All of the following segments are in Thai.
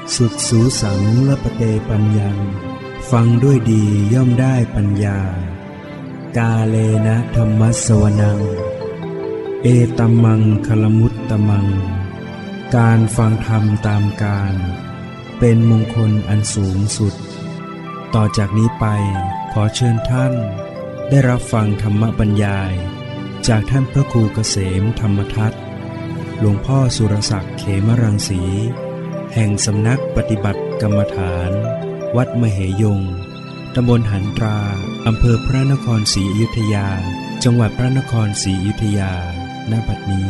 สุดสูสังละปะเตปัญญังฟังด้วยดีย่อมได้ปัญญากาเลนะธรรมัสสวนังเอตัมมังคลมุตตมังการฟังธรรมตามกาลเป็นมงคลอันสูงสุดต่อจากนี้ไปขอเชิญท่านได้รับฟังธรรมบรรยายจากท่านพระครูเกษมธรรมทัศน์หลวงพ่อสุรศักดิ์เขมรังสีแห่งสำนักปฏิบัติกรรมฐานวัดมเหยงตำบลหันตราอำเภอพระนครศรีอยุธยาจังหวัดพระนครศรีอยุธยาณ บัดนี้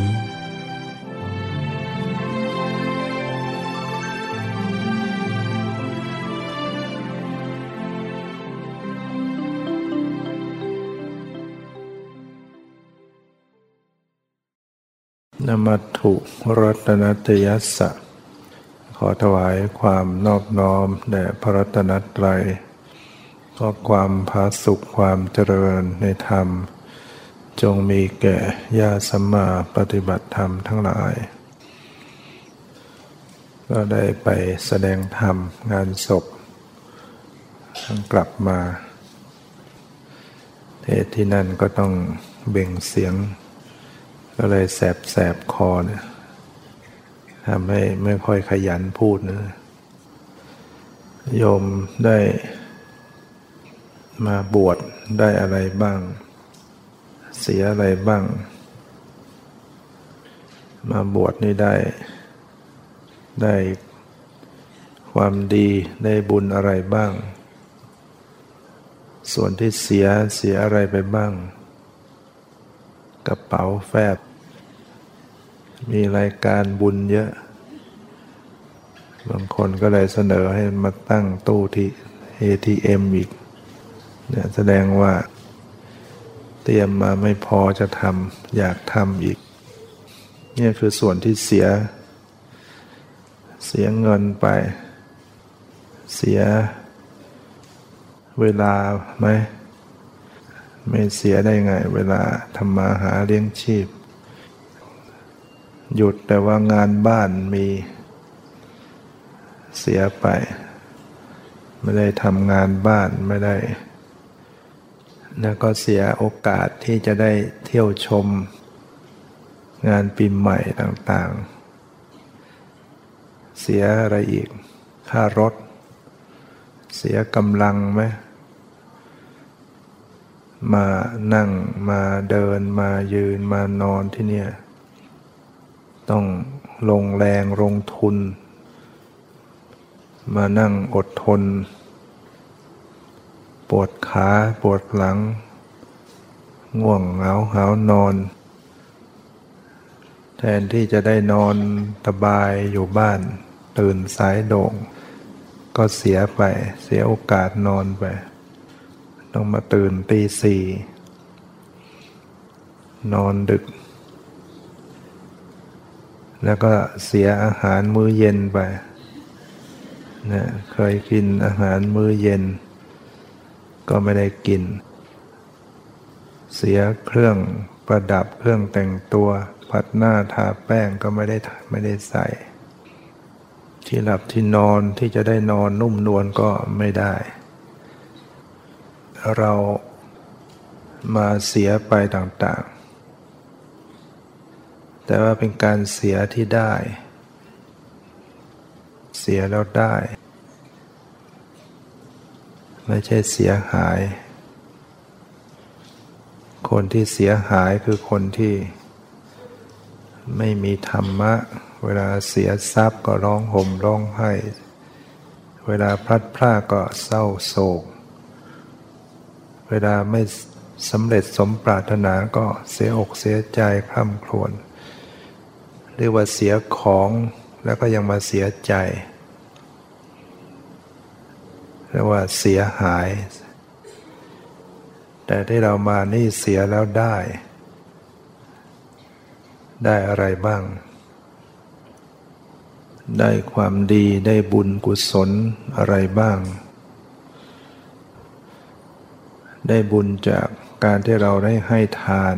นมัตถุรัตนัตยัสสะขอถวายความนอบน้อมแด่พระรัตนตรัยขอความผาสุกความเจริญในธรรมจงมีแก่ญาติสัมมาปฏิบัติธรรมทั้งหลายก็ได้ไปแสดงธรรมงานศพกลับมาเทศที่นั่นก็ต้องเบ่งเสียงก็เลยแสบคอเนี่ยทำให้ไม่ค่อยขยันพูดนะโยมได้มาบวชได้อะไรบ้างเสียอะไรบ้างมาบวชนี่ได้ความดีได้บุญอะไรบ้างส่วนที่เสียอะไรไปบ้างกระเป๋าแฟบมีรายการบุญเยอะบางคนก็เลยเสนอให้มาตั้งตู้ที่ ATM อีกเนี่ยแสดงว่าเตรียมมาไม่พอจะทำอยากทำอีกเนี่ยคือส่วนที่เสียเงินไปเสียเวลาไหมไม่เสียได้ไงเวลาทำมาหาเลี้ยงชีพหยุดแต่ว่างานบ้านมีเสียไปไม่ได้ทำงานบ้านไม่ได้แล้วก็เสียโอกาสที่จะได้เที่ยวชมงานปีใหม่ต่างๆเสียอะไรอีกค่ารถเสียกำลังไหมมานั่งมาเดินมายืนมานอนที่เนี่ยต้องลงแรงลงทุนมานั่งอดทนปวดขาปวดหลังง่วงเหงาหาวนอนแทนที่จะได้นอนสบายอยู่บ้านตื่นสายโด่งก็เสียไปเสียโอกาสนอนไปต้องมาตื่นตี 4นอนดึกแล้วก็เสียอาหารมื้อเย็นไปนะเคยกินอาหารมื้อเย็นก็ไม่ได้กินเสียเครื่องประดับเครื่องแต่งตัวผัดหน้าทาแป้งก็ไม่ได้ใส่ที่หลับที่นอนที่จะได้นอนนุ่มนวลก็ไม่ได้เรามาเสียไปต่างๆแต่ว่าเป็นการเสียที่ได้เสียแล้วได้ไม่ใช่เสียหายคนที่เสียหายคือคนที่ไม่มีธรรมะเวลาเสียทรัพย์ก็ร้องห่มร้องไห้เวลาพลัดพรากก็เศร้าโศกเวลาไม่สำเร็จสมปรารถนาก็เสียอกเสียใจคร่ำครวญเรียกว่าเสียของแล้วก็ยังมาเสียใจเรียกว่าเสียหายแต่ที่เรามานี่เสียแล้วได้อะไรบ้างได้ความดีได้บุญกุศลอะไรบ้างได้บุญจากการที่เราได้ให้ทาน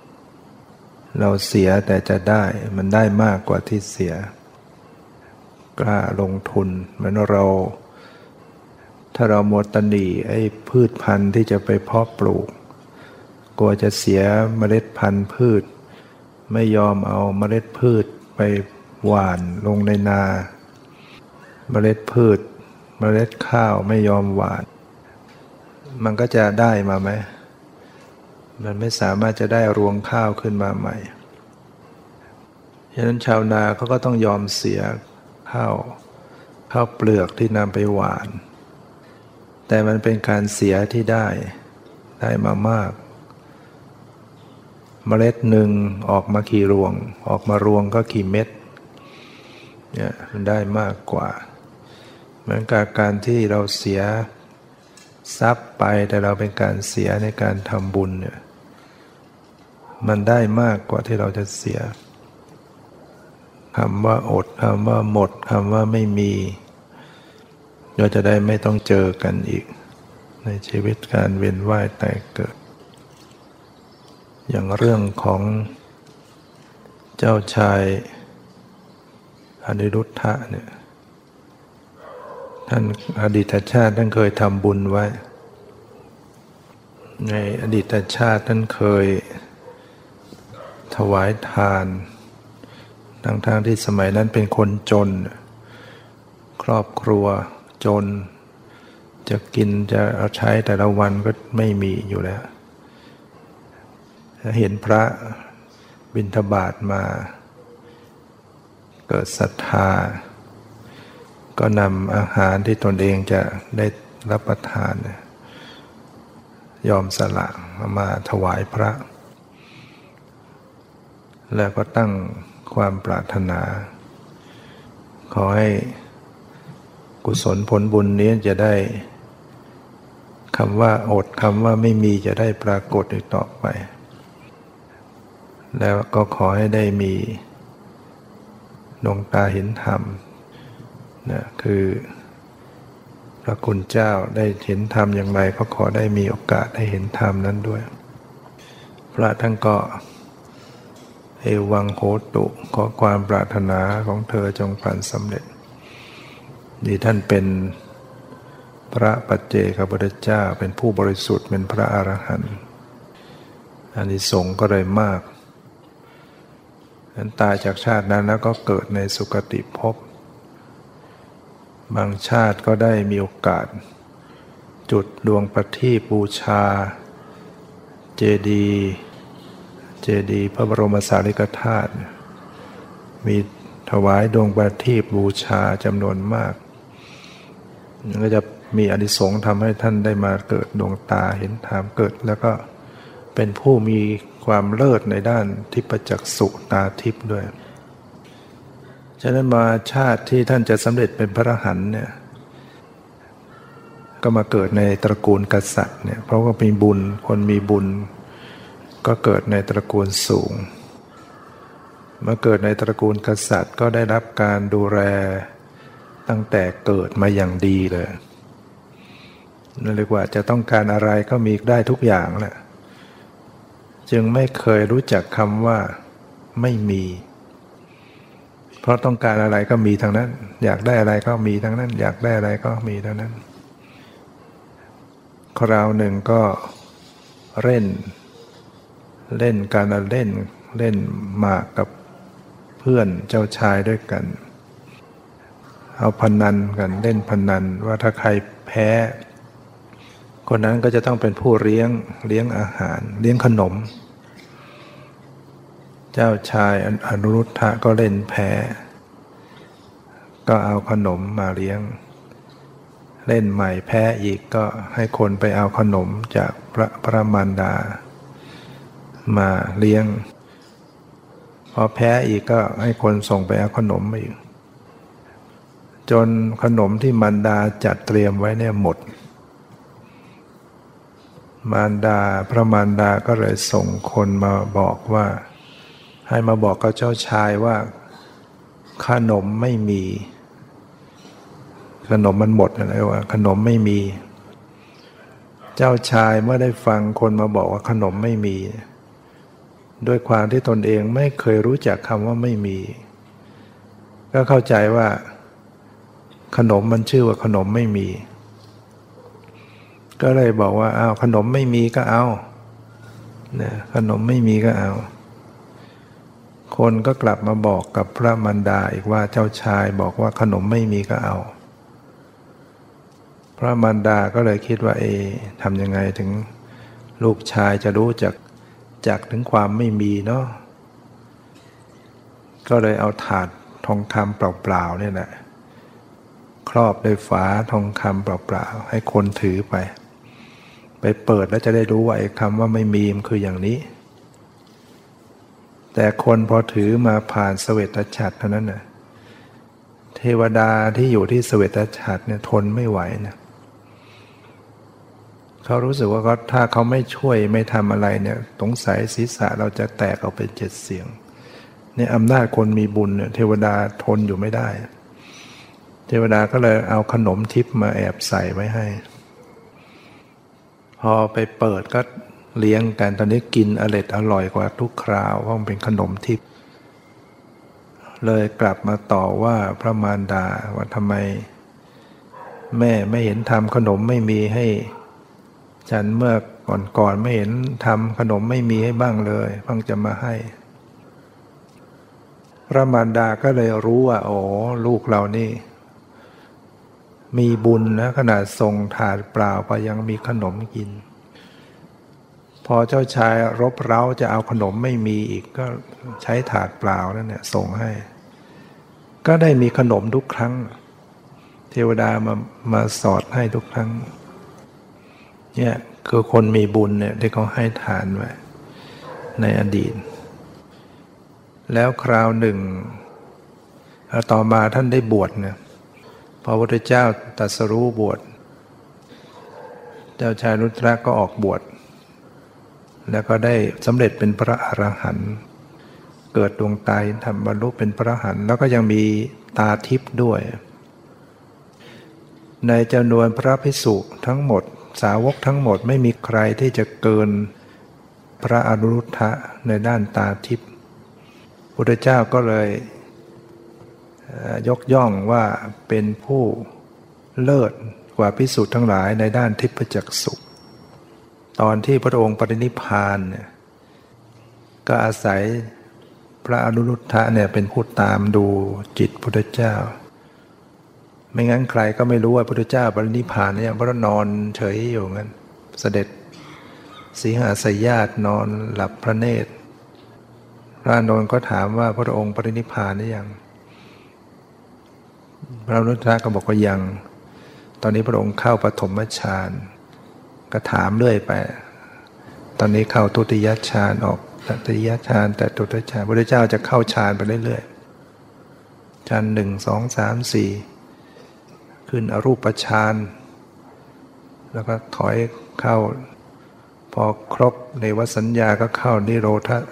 เราเสียแต่จะได้มันได้มากกว่าที่เสียกล้าลงทุนเหมือนเราถ้าเรามัวตนีไอ้พืชพันธุ์ที่จะไปเพาะปลูกกลัวจะเสียเมล็ดพันธุ์พืชไม่ยอมเอาเมล็ดพืชไปหว่านลงในนาเมล็ดพืชเมล็ดข้าวไม่ยอมหว่านมันก็จะได้มาไหมมันไม่สามารถจะได้รวงข้าวขึ้นมาใหม่ฉะนั้นชาวนาเขาก็ต้องยอมเสียข้าวเปลือกที่นำไปหว่านแต่มันเป็นการเสียที่ได้มามากเมล็ดหนึ่งออกมากี่รวงออกมารวงก็กี่เม็ดเนี่ยมันได้มากกว่าเหมือนกับการที่เราเสียทรัพย์ไปแต่เราเป็นการเสียในการทำบุญเนี่ยมันได้มากกว่าที่เราจะเสียคำว่าอดคำว่าหมดคำว่าไม่มีเราจะได้ไม่ต้องเจอกันอีกในชีวิตการเวียนว่ายตายเกิดอย่างเรื่องของเจ้าชายอนิรุทธะเนี่ยท่านอดีตชาติท่านเคยทำบุญไว้ในอดีตชาติท่านเคยถวายทานทั้งที่สมัยนั้นเป็นคนจนครอบครัวจนจะกินจะเอาใช้แต่ละวันก็ไม่มีอยู่แล้วเห็นพระบิณฑบาตมาเกิดศรัทธาก็นำอาหารที่ตนเองจะได้รับประทานยอมสละมาถวายพระแล้วก็ตั้งความปรารถนาขอให้กุศลผลบุญนี้จะได้คำว่าอดคำว่าไม่มีจะได้ปรากฏอีกต่อไปแล้วก็ขอให้ได้มีดวงตาเห็นธรรมนะคือพระคุณเจ้าได้เห็นธรรมอย่างไรก็ขอได้มีโอกาสได้เห็นธรรมนั้นด้วยพระท่านก็เอวังโหตุขอความปรารถนาของเธอจงพันสำเร็จนี่ท่านเป็นพระปัจเจกพุทธเจ้าเป็นผู้บริสุทธิ์เป็นพระอรหันต์อานิสงส์ก็เลยมากนั้นตายจากชาตินั้นแล้วก็เกิดในสุคติภพบางชาติก็ได้มีโอกาสจุดดวงประทีปบูชาเจดีย์พระบรมสารีริกธาตุมีถวายดวงประทีปบูชาจำนวนมากก็จะมีอานิสงส์ทำให้ท่านได้มาเกิดดวงตาเห็นธรรมเกิดแล้วก็เป็นผู้มีความเลิศในด้านทิพจักษุตาทิพย์ด้วยฉะนั้นมาชาติที่ท่านจะสำเร็จเป็นพระอรหันต์เนี่ยก็มาเกิดในตระกูลกษัตริย์เนี่ยเพราะว่ามีบุญคนมีบุญก็เกิดในตระกูลสูงเมื่อเกิดในตระกูลกษัตริย์ก็ได้รับการดูแลตั้งแต่เกิดมาอย่างดีเลยนั่นเรียกว่าจะต้องการอะไรก็มีได้ทุกอย่างแหละจึงไม่เคยรู้จักคำว่าไม่มีเพราะต้องการอะไรก็มีทั้งนั้นอยากได้อะไรก็มีทั้งนั้นอยากได้อะไรก็มีทั้งนั้นคราวหนึ่งก็เล่นการเล่นหมากกับเพื่อนเจ้าชายด้วยกันเอาพนันกันเล่นพนันว่าถ้าใครแพ้คนนั้นก็จะต้องเป็นผู้เลี้ยงอาหารเลี้ยงขนมเจ้าชายอนิรุทธะก็เล่นแพ้ก็เอาขนมมาเลี้ยงเล่นใหม่แพ้อีกก็ให้คนไปเอาขนมจากพระมารดามาเลี้ยงพอแพ้อีกก็ให้คนส่งไปเอาขนมมาอีกจนขนมที่มารดาจัดเตรียมไว้เนี่ยหมดพระมารดาก็เลยส่งคนมาบอกว่าให้มาบอกกับเจ้าชายว่าขนมไม่มีขนมมันหมดอะไรวะขนมไม่มีเจ้าชายเมื่อได้ฟังคนมาบอกว่าขนมไม่มีด้วยความที่ตนเองไม่เคยรู้จักคำว่าไม่มีก็เข้าใจว่าขนมมันชื่อว่าขนมไม่มีก็เลยบอกว่าอ้าวขนมไม่มีก็เอาเนี่ยขนมไม่มีก็เอาคนก็กลับมาบอกกับพระมารดาอีกว่าเจ้าชายบอกว่าขนมไม่มีก็เอาพระมารดาก็เลยคิดว่าทำยังไงถึงลูกชายจะรู้จักถึงความไม่มีเนาะก็เลยเอาถาดทองคำเปล่าๆเนี่ยแหละครอบด้วยฝาทองคำเปล่าๆให้คนถือไปเปิดแล้วจะได้รู้ว่าไอ้คำว่าไม่มีมันคืออย่างนี้แต่คนพอถือมาผ่านเสวตฉัตรเท่านั้นน่ะเทวดาที่อยู่ที่เสวตฉัตรเนี่ยทนไม่ไหวนะเขารู้สึกว่าถ้าเขาไม่ช่วยไม่ทำอะไรเนี่ยสงสัยศีรษะเราจะแตกออกเป็น7 เสียงเนี่ยอำนาจคนมีบุญเนี่ยเทวดาทนอยู่ไม่ได้เทวดาก็เลยเอาขนมทิพย์มาแอบใส่ไว้ให้พอไปเปิดก็เลี้ยงกันตอนนี้กินอร่อยกว่าทุกคราวเพราะมันเป็นขนมทิพย์เลยกลับมาต่อว่าพระมารดาว่าทำไมแม่ไม่เห็นทำขนมไม่มีให้ฉันเมื่อก่อนไม่เห็นทำขนมไม่มีให้บ้างเลยเพิ่งจะมาให้พระมารดาก็เลยรู้ว่าโอ้ลูกเรานี่มีบุญนะขนาดส่งถาดเปล่าไปยังมีขนมกินพอเจ้าชายรบเร้าจะเอาขนมไม่มีอีกก็ใช้ถาดเปล่านั่นเนี่ยส่งให้ก็ได้มีขนมทุกครั้งเทวดามาสอดให้ทุกครั้งเนี่ยคือคนมีบุญเนี่ยที่เขาให้ทานไว้ในอดีตแล้วคราวหนึ่งต่อมาท่านได้บวชเนี่ยพระพุทธเจ้าตรัสรู้บวชเจ้าชายรุทธะก็ออกบวชแล้วก็ได้สำเร็จเป็นพระอรหันต์เกิดดวงตาทำบรรลุเป็นพระอรหันต์แล้วก็ยังมีตาทิพย์ด้วยในจำนวนพระภิกษุทั้งหมดสาวกทั้งหมดไม่มีใครที่จะเกินพระอนุรุทธะในด้านตาทิพย์พุทธเจ้าก็เลยยกย่องว่าเป็นผู้เลิศกว่าภิกษุทั้งหลายในด้านทิพจักษุตอนที่พระองค์ปรินิพพานเนี่ยก็อาศัยพระอนุรุทธะเนี่ยเป็นผู้ตามดูจิตพุทธเจ้าไม่งั้นใครก็ไม่รู้ว่าพุทธเจ้าปรินิพพานเนี่ยเพราะนอนเฉยอยู่งั้นเสด็จสีหสยาสนอนหลับพระเนตรพระอานนท์ก็ถามว่าพระองค์ปรินิพพานหรือยังพระอนุรุทธะก็บอกว่ายังตอนนี้พระองค์เข้าปฐมฌานก็ถามเรื่อยไปตอนนี้เข้าทุติยฌานออกตติยฌานแต่ตุติยฌานพระพุทธเจ้าจะเข้าฌานไปเรื่อยๆฌาน1 2 3 4ขึ้นอรูปฌานแล้วก็ถอยเข้าพอครบเนวสัญญาก็เข้านิโร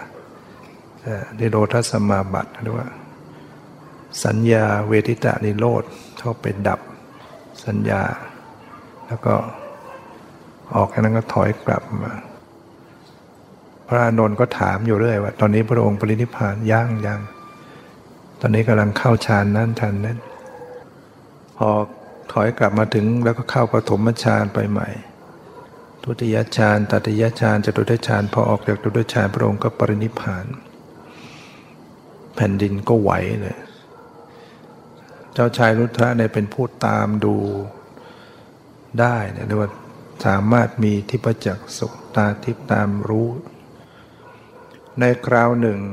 ธสมาบัติหรือว่าสัญญาเวทิตะนิโรธเข้าไปดับสัญญาแล้วก็ออกจากนั้นก็ถอยกลับมาพระอานนท์ก็ถามอยู่เรื่อยว่าตอนนี้พระองค์ปรินิพพานยังตอนนี้กำลังเข้าฌานนั้นฌานนั้นพอถอยกลับมาถึงแล้วก็เข้าปฐมฌานไปใหม่ทุติยฌานตติยฌานจตุตฌานพอออกจากจตุตฌานพระองค์ก็ปรินิพพานแผ่นดินก็ไหวเลยเจ้าชายรุทธะเนี่ยเป็นผู้ตามดูได้เนี่ยเรียกว่าสามารถมีทิพจักษุตาทิพตามรู้ในคราวหนึ่ง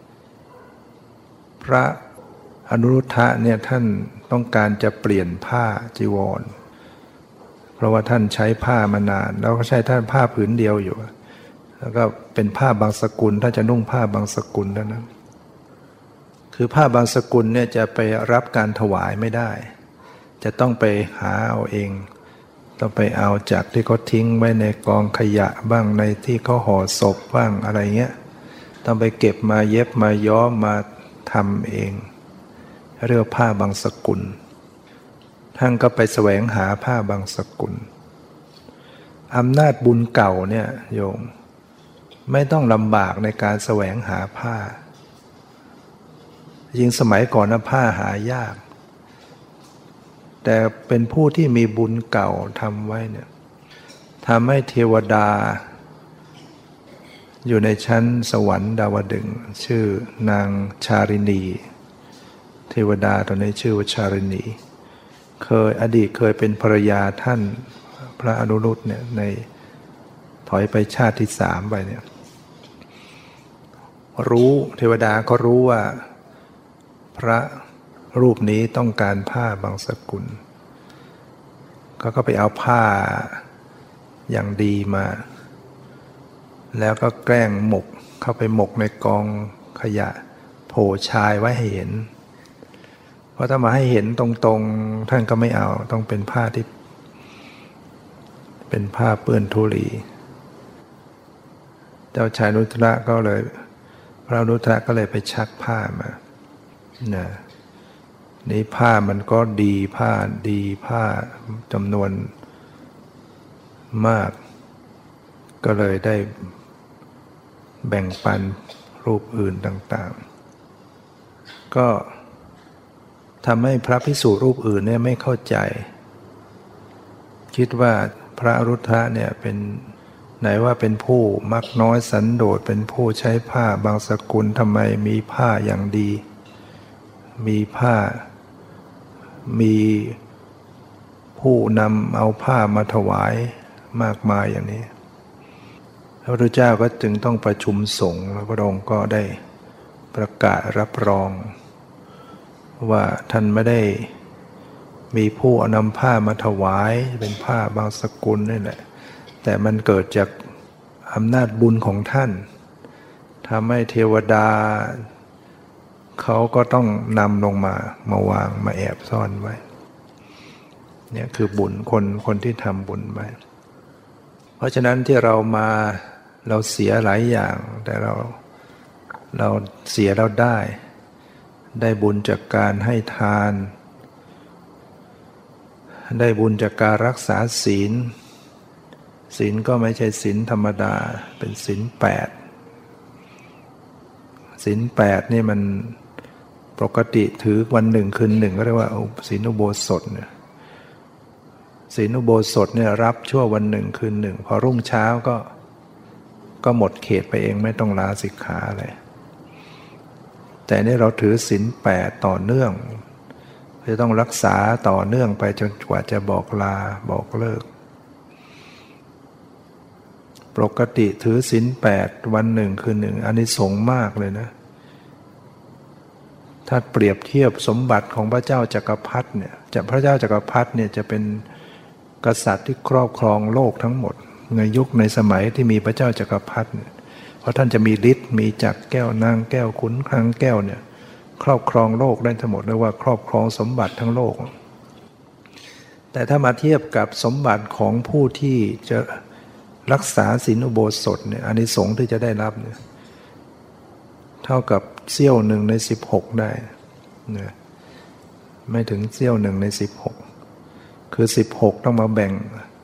พระอนุรุทธะเนี่ยท่านต้องการจะเปลี่ยนผ้าจีวรเพราะว่าท่านใช้ผ้ามานานแล้วก็ใช้ท่านผ้าผืนเดียวอยู่แล้วก็เป็นผ้าบางสกุลถ้าจะนุ่งผ้าบางสกุลเท่านั้นคือผ้าบางสกุลเนี่ยจะไปรับการถวายไม่ได้จะต้องไปหาเอาเองต้องไปเอาจากที่เขาทิ้งไว้ในกองขยะบ้างในที่เขาห่อศพบ้างอะไรเงี้ยต้องไปเก็บมาเย็บมาย้อมมาทำเองเรียกว่าผ้าบางสกุลท่านก็ไปแสวงหาผ้าบางสกุลอำนาจบุญเก่าเนี่ยโยมไม่ต้องลำบากในการแสวงหาผ้ายิ่งสมัยก่อนนะผ้าหายากแต่เป็นผู้ที่มีบุญเก่าทำไว้เนี่ยทำให้เทวดาอยู่ในชั้นสวรรค์ดาวดึงส์ชื่อนางชารินีเทวดาตอนนี้ชื่อว่าชารินีอดีตเคยเป็นภรรยาท่านพระอนุรุตเนี่ยในถอยไปชาติที่3ไปเนี่ยเทวดาก็รู้ว่าพระรูปนี้ต้องการผ้าบางสกุลก็ไปเอาผ้าอย่างดีมาแล้วก็แกล้งเข้าไปหมกในกองขยะโผล่ชายไว้ให้เห็นเพราะถ้ามาให้เห็นตรงๆท่านก็ไม่เอาต้องเป็นผ้าที่เป็นผ้าเปื้อนธุลีเจ้าชายนุทระก็เลยพระนุทระก็เลยไปชักผ้ามานี่ผ้ามันก็ดีผ้าจำนวนมากก็เลยได้แบ่งปันรูปอื่นต่างๆก็ทำให้พระภิกษุรูปอื่นเนี่ยไม่เข้าใจคิดว่าพระอรุทธะเนี่ยเป็นไหนว่าเป็นผู้มักน้อยสันโดษเป็นผู้ใช้ผ้าบางสกุลทำไมมีผ้าอย่างดีมีผู้นำเอาผ้ามาถวายมากมายอย่างนี้พระพุทธเจ้าก็จึงต้องประชุมสงฆ์แล้วพระองค์ก็ได้ประกาศรับรองว่าท่านไม่ได้มีผู้นำผ้ามาถวายเป็นผ้าบางสกุลนี่แหละแต่มันเกิดจากอำนาจบุญของท่านทำให้เทวดาเขาก็ต้องนำลงมาวางมาแอบซ่อนไว้เนี่ยคือบุญคนที่ทำบุญไว้เพราะฉะนั้นที่เราเสียหลายอย่างแต่เราเสียแล้วได้บุญจากการให้ทานได้บุญจากการรักษาศีลก็ไม่ใช่ศีลธรรมดาเป็นศีล8นี่มันปกติถือวันหนึ่งคืนหนึ่งก็เรียกว่าศีลอุโบสถเนี่ยศีลอุโบสถเนี่ยรับชั่ววันหนึ่งคืนหนึ่งพอรุ่งเช้าก็หมดเขตไปเองไม่ต้องลาสิกขาอะไรแต่นี่เราถือศีล8ต่อเนื่องจะต้องรักษาต่อเนื่องไปจนกว่าจะบอกลาบอกเลิกปกติถือศีล8วันหนึ่งคืนหนึ่งอานิสงส์มากเลยนะถ้าเปรียบเทียบสมบัติของพระเจ้าจักรพรรดิเนี่ยพระเจ้าจักรพรรดิเนี่ยจะเป็นกษัตริย์ที่ครอบครองโลกทั้งหมดในยุคในสมัยที่มีพระเจ้าจักรพรรดิเพราะท่านจะมีฤทธิ์มีจักรแก้วนางแก้วขุนคลังแก้วเนี่ยครอบครองโลกได้ทั้งหมดเรียกว่าครอบครองสมบัติทั้งโลกแต่ถ้ามาเทียบกับสมบัติของผู้ที่จะรักษาศีลอุโบสถเนี่ยอานิสงส์ที่จะได้รับเนี่ยเท่ากับเสี้ยวหนึ่งใน16ได้นะไม่ถึงเสี้ยวหนึ่งใน16คือ16ต้องมาแบ่ง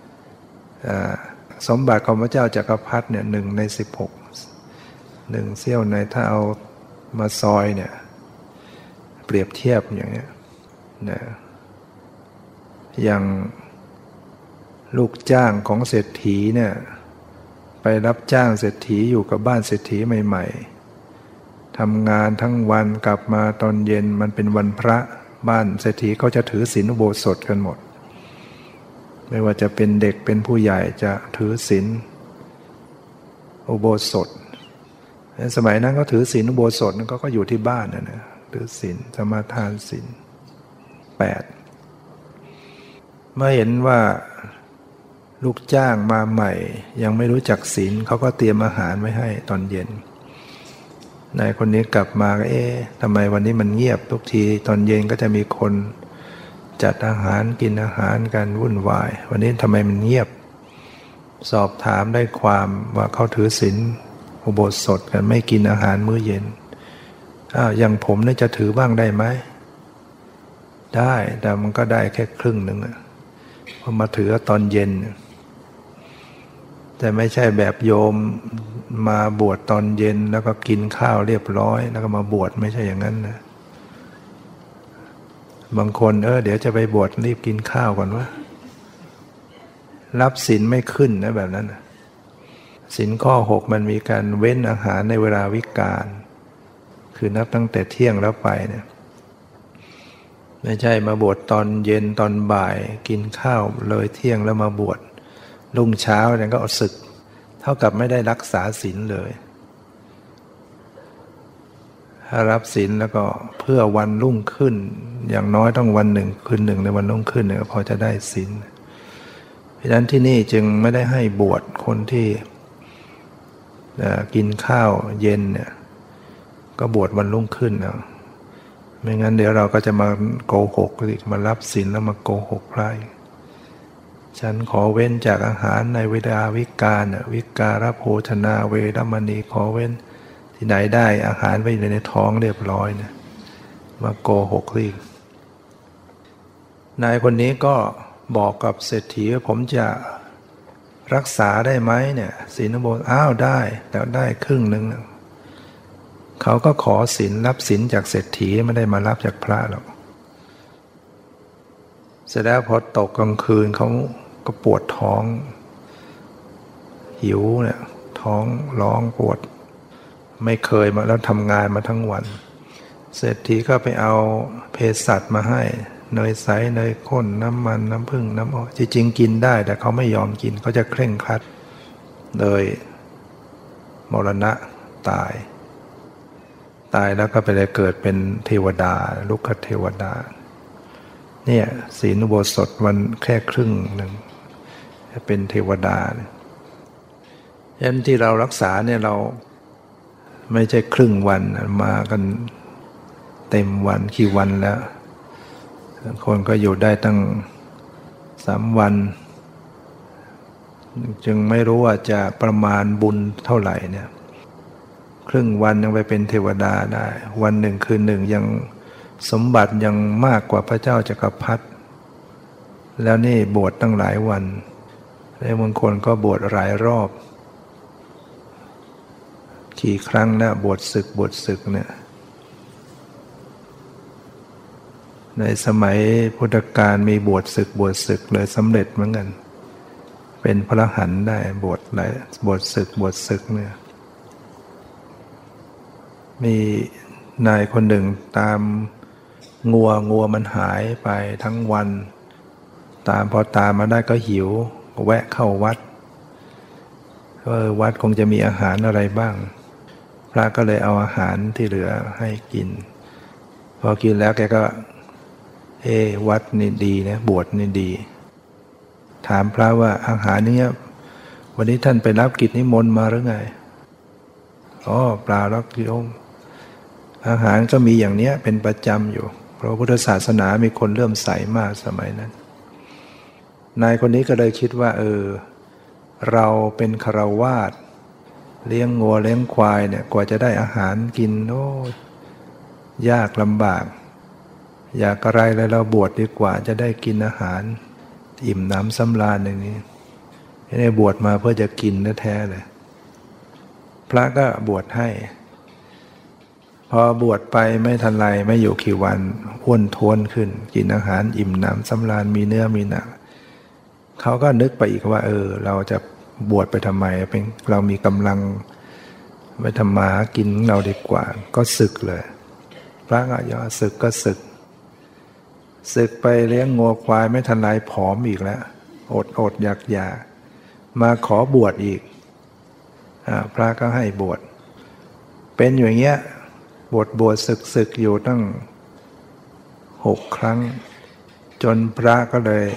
สมบัติของพระเจ้าจักรพรรดิเนี่ย1ใน16 1เสี้ยวในถ้าเอามาซอยเนี่ยเปรียบเทียบอย่างเนี้ยนะอย่างลูกจ้างของเศรษฐีเนี่ยไปรับจ้างเศรษฐีอยู่กับบ้านเศรษฐีใหม่ๆทำงานทั้งวันกลับมาตอนเย็นมันเป็นวันพระบ้านเศรษฐีเขาจะถือศีลอุโบสถกันหมดไม่ว่าจะเป็นเด็กเป็นผู้ใหญ่จะถือศีลอุโบสถในสมัยนั้นก็ถือศีลอุโบสถนั้นก็อยู่ที่บ้านนะถือศีลสมาทานศีล8เมื่อเห็นว่าลูกจ้างมาใหม่ยังไม่รู้จักศีลเขาก็เตรียมอาหารไว้ให้ตอนเย็นนายคนนี้กลับมาก็ทำไมวันนี้มันเงียบทุกทีตอนเย็นก็จะมีคนจัดอาหารกินอาหารกันวุ่นวายวันนี้ทำไมมันเงียบสอบถามได้ความว่าเขาถือศีลอุโบสถกันไม่กินอาหารมื้อเย็นอย่างผมเนี่ยจะถือบ้างได้ไหมได้แต่มันก็ได้แค่ครึ่งหนึ่งพอมาถือตอนเย็นแต่ไม่ใช่แบบโยมมาบวชตอนเย็นแล้วก็กินข้าวเรียบร้อยแล้วก็มาบวชไม่ใช่อย่างนั้นนะบางคนเดี๋ยวจะไปบวชรีบกินข้าวก่อนวะรับศีลไม่ขึ้นนะแบบนั้นศีลข้อ 6มันมีการเว้นอาหารในเวลาวิกาลคือนับตั้งแต่เที่ยงแล้วไปเนี่ยไม่ใช่มาบวชตอนเย็นตอนบ่ายกินข้าวเลยเที่ยงแล้วมาบวชรุ่งเช้าเนี่ยก็อดศึกเท่ากับไม่ได้รักษาศีลเลยถ้ารับศีลแล้วก็เพื่อวันรุ่งขึ้นอย่างน้อยต้องวันหนึ่งคืนหนึ่งในวันรุ่งขึ้นเนี่ยพอจะได้ศีลเพราะฉะนั้นที่นี่จึงไม่ได้ให้บวชคนที่กินข้าวเย็นเนี่ยก็บวชวันรุ่งขึ้นเอาไม่งั้นเดี๋ยวเราก็จะมาโกหกอีกมารับศีลแล้วมาโกหกพระฉันขอเว้นจากอาหารในเวลาวิกาลวิการโภชนาเวรมณีขอเว้นที่ไหนได้อาหารไปอยู่ในท้องเรียบร้อยนะมาโกหกอีกนายคนนี้ก็บอกกับเศรษฐีว่าผมจะรักษาได้ไหมเนี่ยศีลบอกได้แต่ได้ครึ่งนึงเขาก็ขอศีลรับศีลจากเศรษฐีไม่ได้มารับจากพระหรอกเสร็จแล้วพอตกกลางคืนเขาก็ปวดท้องหิวเนี่ยท้องร้องปวดไม่เคยมาแล้วทำงานมาทั้งวันเศรษฐีก็ไปเอาเภสัชมาให้เนยใสเนยข้นน้ำมันน้ำผึ้งน้ำอ้อยจริงๆกินได้แต่เขาไม่ยอมกินเขาจะเคร่งครัดเลยมรณะตายแล้วก็ไปเลยเกิดเป็นเทวดาลุกขเทวดาเนี่ยศีลอุโบสถวันแค่ครึ่งหนึ่งเป็นเทวดาฉะนั้นที่เรารักษาเนี่ยเราไม่ใช่ครึ่งวันมากันเต็มวันกี่วันแล้วคนก็อยู่ได้ตั้ง3 วันจึงไม่รู้ว่าจะประมาณบุญเท่าไหร่เนี่ยครึ่งวันยังไปเป็นเทวดาได้วันหนึ่งคืนหนึ่งยังสมบัติยังมากกว่าพระเจ้าจักรพรรดิแล้วนี่บวชตั้งหลายวันแล้วบางคนก็บวชหลายรอบกี่ครั้งนะบวชศึกเนี่ยในสมัยพุทธกาลมีบวชศึกเลยสำเร็จเหมือนกันเป็นพระอรหันต์ได้บวชศึกเนี่ยมีนายคนหนึ่งตามงัวมันหายไปทั้งวันพอตามมาได้ก็หิวแวะเข้าวัดวัดคงจะมีอาหารอะไรบ้างพระก็เลยเอาอาหารที่เหลือให้กินพอกินแล้วแกก็วัดนี่ดีนะบวชนี่ดีถามพระว่าอาหารนี้วันนี้ท่านไปรับกิจนิมนต์มาหรือไงเปล่าหรอกโยมอาหารก็มีอย่างเนี้ยเป็นประจำอยู่เพราะพุทธศาสนามีคนเลื่อมใสมากสมัยนั้นนายคนนี้ก็เลยคิดว่าเราเป็นฆราวาสเลี้ยงงัวเลี้ยงควายเนี่ยกว่าจะได้อาหารกินยากลำบากอยากอะไรเลยเราบวชดีกว่าจะได้กินอาหารอิ่มน้ำสำราญอย่างนี้ให้บวชมาเพื่อจะกินแท้ๆเลยพระก็บวชให้พอบวชไปไม่ทันไรไม่อยู่กี่วันอ้วนท้วนขึ้นกินอาหารอิ่มน้ำสำราญมีเนื้อมีหนังเขาก็นึกไปอีกว่าเราจะบวชไปทำไมเรามีกำลังไปทำมาหากินเราดีกว่าก็สึกเลยพระก็ย่อสึกก็สึกไปเลี้ยงงัวควายไม่ทันไรผอมอีกแล้วอดอยากมาขอบวชอีกพระก็ให้บวชเป็นอย่างเงี้ยบวชศึกอยู่ตั้ง6 ครั้งจนพระก็เลย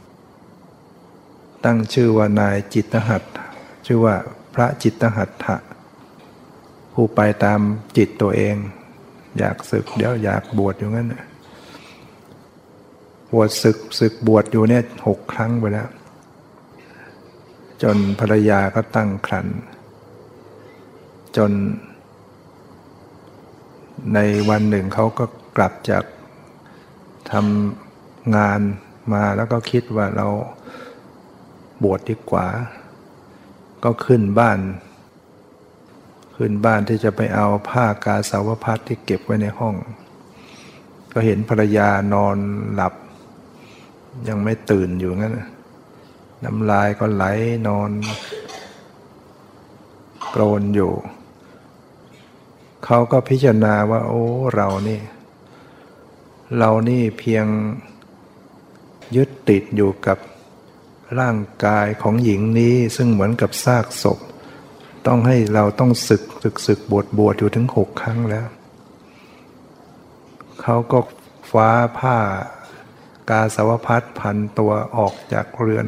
ตั้งชื่อว่านายจิตหัตถ์ชื่อว่าพระจิตหัตถะผู้ไปตามจิตตัวเองอยากศึกเดี๋ยวอยากบวชอยู่งั้นบวชศึกบวชอยู่เนี่ย6 ครั้งไปแล้วจนภรรยาก็ตั้งครรภ์จนในวันหนึ่งเขาก็กลับจากทำงานมาแล้วก็คิดว่าเราบวชดีกว่าก็ขึ้นบ้านที่จะไปเอาผ้ากาสาวพัสที่เก็บไว้ในห้องก็เห็นภรรยานอนหลับยังไม่ตื่นอยู่งั้นน้ำลายก็ไหลนอนกรนอยู่เขาก็พิจารณาว่าโอ้เรานี่เพียงยึดติดอยู่กับร่างกายของหญิงนี้ซึ่งเหมือนกับซากศพต้องให้เราต้องศึกบวชอยู่ถึง6 ครั้งแล้วเขาก็ฟ้าผ้ากาสาวพัสพันตัวออกจากเรือน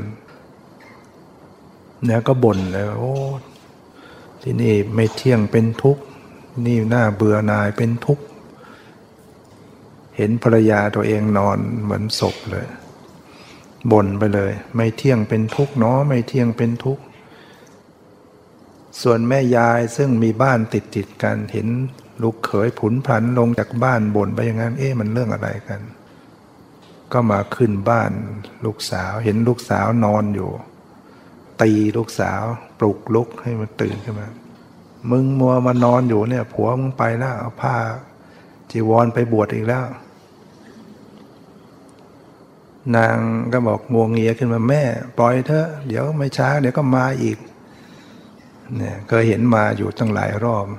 เนี่ยก็บ่นเลยโอ้ที่นี่ไม่เที่ยงเป็นทุกข์นี่น่าเบื่อหน่ายเป็นทุกข์เห็นภรรยาตัวเองนอนเหมือนศพเลยบ่นไปเลยไม่เที่ยงเป็นทุกข์เนาะไม่เที่ยงเป็นทุกข์ส่วนแม่ยายซึ่งมีบ้านติดกันเห็นลูกเขยผุนผันลงจากบ้านบ่นไปอย่างนั้นมันเรื่องอะไรกันก็มาขึ้นบ้านลูกสาวเห็นลูกสาวนอนอยู่ตีลูกสาวปลุกลุกให้มันตื่นขึ้นมามึงมัวมานอนอยู่เนี่ยผัวมึงไปแล้วเอาผ้าจีวรไปบวชอีกแล้วนางก็บอกงัวเงียขึ้นมาแม่ปล่อยเถอะเดี๋ยวไม่ช้าเดี๋ยวก็มาอีกเนี่ยเคยเห็นมาอยู่ตั้งหลายรอบ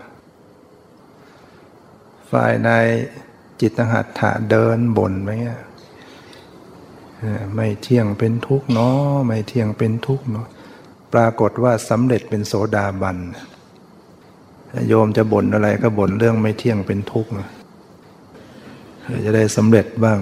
ฝ่ายนายจิตหัตถะเดินบ่นไปเงี้ยไม่เที่ยงเป็นทุกข์เนาะไม่เที่ยงเป็นทุกข์เนาะปรากฏว่าสำเร็จเป็นโสดาบันโยมจะบ่นอะไรก็บ่นเรื่องไม่เที่ยงเป็นทุกข์นะจะได้สำเร็จบ้าง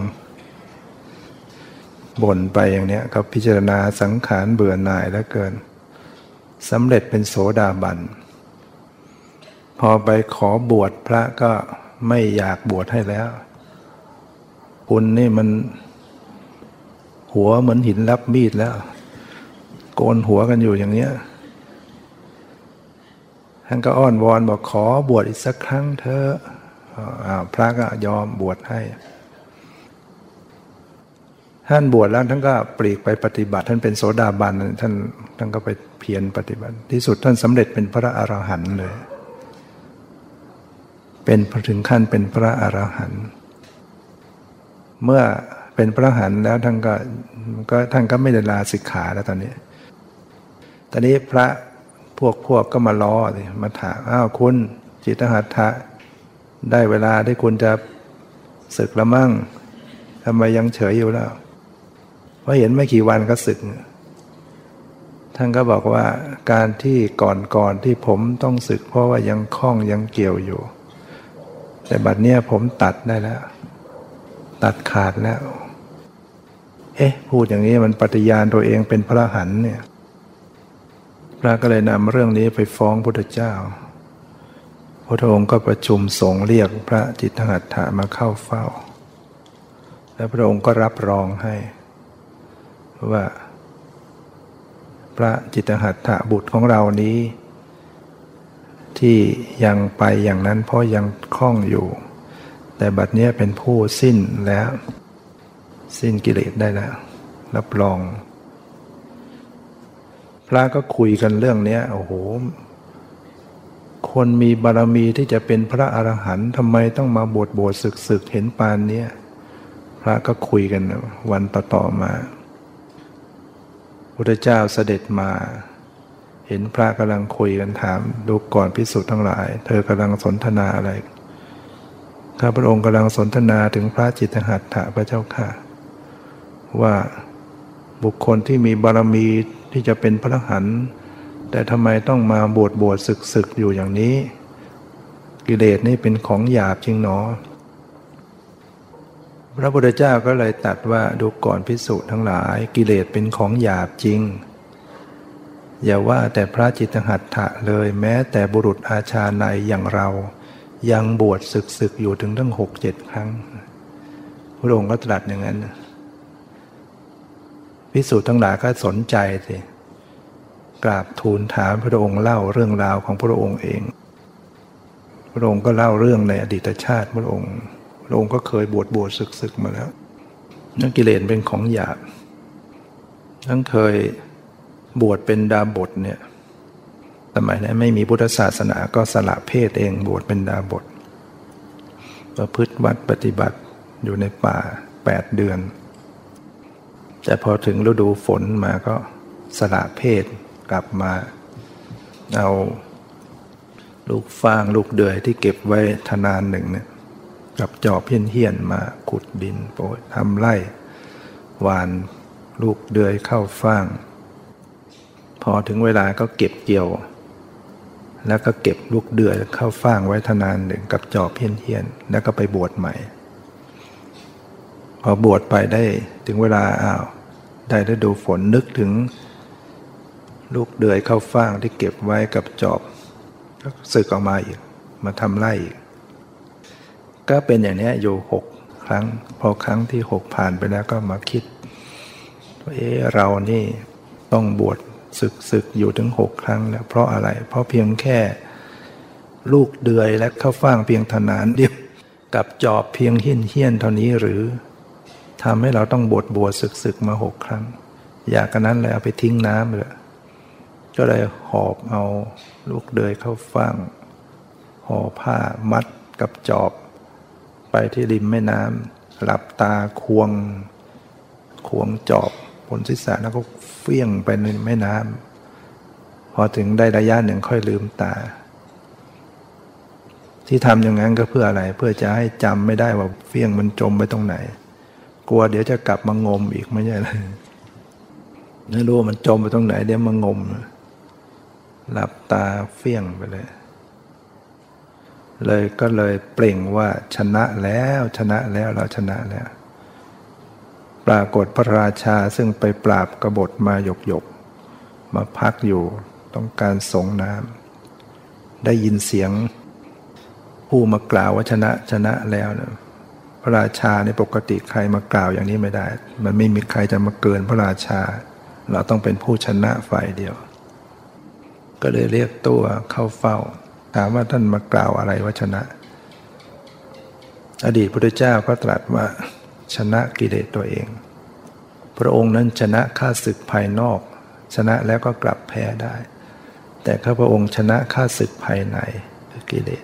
บ่นไปอย่างเนี้ยก็พิจารณาสังขารเบื่อหน่ายแล้วเกินสำเร็จเป็นโสดาบันพอไปขอบวชพระก็ไม่อยากบวชให้แล้วคุณนี่มันหัวเหมือนหินรับมีดแล้วโกนหัวกันอยู่อย่างเนี้ยท่านก็อ้อนวอนบอกขอบวชอีกสักครั้งเถอะพระก็ยอมบวชให้ท่านบวชแล้วท่านก็ปลีกไปปฏิบัติท่านเป็นโสดาบันท่านก็ไปเพียรปฏิบัติที่สุดท่านสำเร็จเป็นพระอรหันต์เลยเป็นถึงขั้นเป็นพระอรหันต์เมื่อเป็นพระอรหันต์แล้วท่านก็ไม่ได้ลาสิกขาแล้วตอนนี้พระพวกก็มาล้อสิมาถามอ้าวคุณจิตหัตถะได้เวลาที่คุณจะศึกแล้วมั่งทำไมยังเฉยอยู่แล้วเพราะเห็นไม่กี่วันก็ศึกท่านก็บอกว่าการที่ก่อนที่ผมต้องศึกเพราะว่ายังคล้องยังเกี่ยวอยู่แต่บัดเนี้ยผมตัดได้แล้วตัดขาดแล้วพูดอย่างนี้มันปฏิญาณตัวเองเป็นพระอรหันต์เนี่ยพระก็เลยนำเรื่องนี้ไปฟ้องพุทธเจ้าพระองค์ก็ประชุมสงฆ์เรียกพระจิตหัตถะมาเข้าเฝ้าแล้วพระองค์ก็รับรองให้ว่าพระจิตหัตถะบุตรของเรานี้ที่ยังไปอย่างนั้นเพราะยังคล้องอยู่แต่บัดนี้เป็นผู้สิ้นแล้วสิ้นกิเลสได้แล้วรับรองพระก็คุยกันเรื่องนี้โอ้โหคนมีบารมีที่จะเป็นพระอรหันต์ทำไมต้องมาบวชศึกเห็นปานนี้พระก็คุยกันวันต่อมาพุทธเจ้าเสด็จมาเห็นพระกำลังคุยกันถามดูก่อนภิกษุทั้งหลายเธอกำลังสนทนาอะไรข้าพระองค์กำลังสนทนาถึงพระจิตหัตถะพระเจ้าค่ะว่าบุคคลที่มีบารมีที่จะเป็นพระอรหันต์แต่ทำไมต้องมาบวชศึกอยู่อย่างนี้กิเลสนี่เป็นของหยาบจริงหนอพระพุทธเจ้าก็เลยตรัสว่าดูก่อนภิกษุทั้งหลายกิเลสเป็นของหยาบจริงอย่าว่าแต่พระจิตหัตถะเลยแม้แต่บุรุษอาชาไนยอย่างเรายังบวชศึกอยู่ถึงตั้ง 6-7 ครั้งพระองค์ก็ตรัสอย่างนั้นภิกษุทั้งหลายก็สนใจสิกราบทูลถามพระองค์เล่าเรื่องราวของพระองค์เองพระองค์ก็เล่าเรื่องในอดีตชาติพระองค์ก็เคยบวชศึกมาแล้วนั่นกิเลสเป็นของหยาบทั้งเคยบวชเป็นดาบทเนี่ยสมัยนั้นไม่มีพุทธศาสนาก็สละเพศเองบวชเป็นดาบทประพฤติวัดปฏิบัติอยู่ในป่า8 เดือนแต่พอถึงฤดูฝนมาก็สละเพศกลับมาเอาลูกฟางลูกเดือยที่เก็บไว้ทนานหนึ่งเนี่ยกับจอบเหี้ยนๆมาขุดดินโปรยทำไร่หว่านลูกเดือยเข้าฟางพอถึงเวลาก็เก็บเกี่ยวแล้วก็เก็บลูกเดือยเข้าฟางไว้ทนานหนึ่งกับจอบเหี้ยนๆแล้วก็ไปบวชใหม่พอบวชไปได้ถึงเวลาได้ฤดูฝนนึกถึงลูกเดือยเข้าฟางที่เก็บไว้กับจอบก็สึกออกมาอีกมาทำไร่อีกก็เป็นอย่างนี้อยู่6 ครั้งพอครั้งที่6ผ่านไปแล้วก็มาคิดว่าเรานี่ต้องบวชศึกอยู่ถึง6 ครั้งแล้วเพราะอะไรเพราะเพียงแค่ลูกเดือยและเข้าฟางเพียงทนานเดียวกับจอบเพียงเหี้ยนเท่านี้หรือทำให้เราต้องบวชศึกมา6 ครั้งอยากกันนั้นเลยเอาไปทิ้งน้ำเลยก็เลยหอบเอาลูกเดือยเข้าฟางห่อผ้ามัดกับจอบไปที่ริมแม่น้ำหลับตาควงจอบบนศีรษะแล้วก็เฟี้ยงไปในแม่น้ำพอถึงได้ระยะหนึ่งค่อยลืมตาที่ทำอย่างนั้นก็เพื่ออะไรเพื่อจะให้จำไม่ได้ว่าเฟี้ยงมันจมไปตรงไหนกลัวเดี๋ยวจะกลับมางมอีกไม่ใช่เลยไม่รู้ว่ามันจมไปตรงไหนเดี๋ยวมางมหลับตาเฟี้ยงไปเลยก็เลยเปล่งว่าชนะแล้วเราชนะแล้วปรากฏพระราชาซึ่งไปปราบกบฏมาหยกมาพักอยู่ต้องการสงน้ำได้ยินเสียงผู้มากล่าวว่าชนะแล้วนะพระราชาในปกติใครมากล่าวอย่างนี้ไม่ได้มันไม่มีใครจะมาเกินพระราชาเราต้องเป็นผู้ชนะฝ่ายเดียวก็เลยเรียกตัวเข้าเฝ้าถามว่าท่านมากล่าวอะไรว่าชนะอดีตพุทธเจ้าก็ตรัสว่าชนะกิเลสตัวเองพระองค์นั้นชนะข้าศึกภายนอกชนะแล้วก็กลับแพ้ได้แต่ข้าพระองค์ชนะข้าศึกภายในคือกิเลส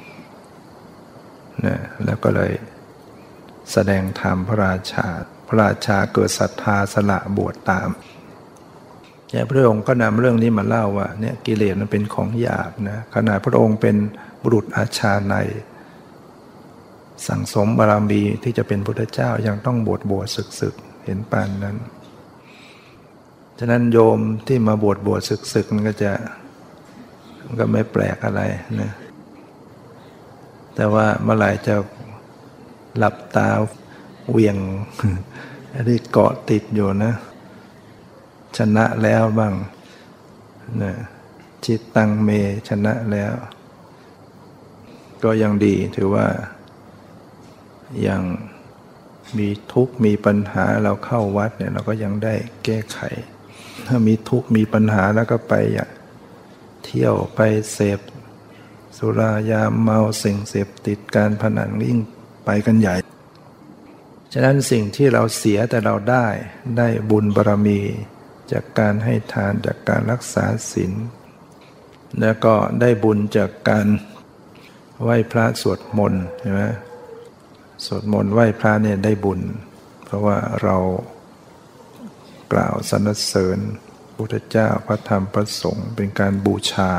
นะแล้วก็เลยแสดงธรรมพระราชาเกิดศรัทธาสละบวชตามพระองค์ก็นำเรื่องนี้มาเล่าว่าเนี่ยกิเลสมันเป็นของหยาบนะขนาดพระองค์เป็นบุรุษอาชาในสั่งสมบารมีที่จะเป็นพุทธเจ้ายังต้องบวชศึกเห็นปานนั้นฉะนั้นโยมที่มาบวชศึกมันก็ไม่แปลกอะไรนะแต่ว่าเมื่อไหร่จะหลับตาเวียงอันนี้เกาะติดอยู่นะชนะแล้วบ้างนะจิตตังเมชนะแล้วก็ยังดีถือว่ายังมีทุกข์มีปัญหาเราเข้าวัดเนี่ยเราก็ยังได้แก้ไขถ้ามีทุกข์มีปัญหาแล้วก็ไปเที่ยวไปเสพสุรายาเมาสิ่งเสพติดการพนันยิ่งไปกันใหญ่ฉะนั้นสิ่งที่เราเสียแต่เราได้บุญบารมีจากการให้ทานจากการรักษาศีลแล้วก็ได้บุญจากการไหว้พระสวดมนต์ใช่ไหมสวดมนต์ไหว้พระเนี่ยได้บุญเพราะว่าเรากล่าวสรรเสริญพระพุทธเจ้าพระธรรมพระสงฆ์เป็นการบูชา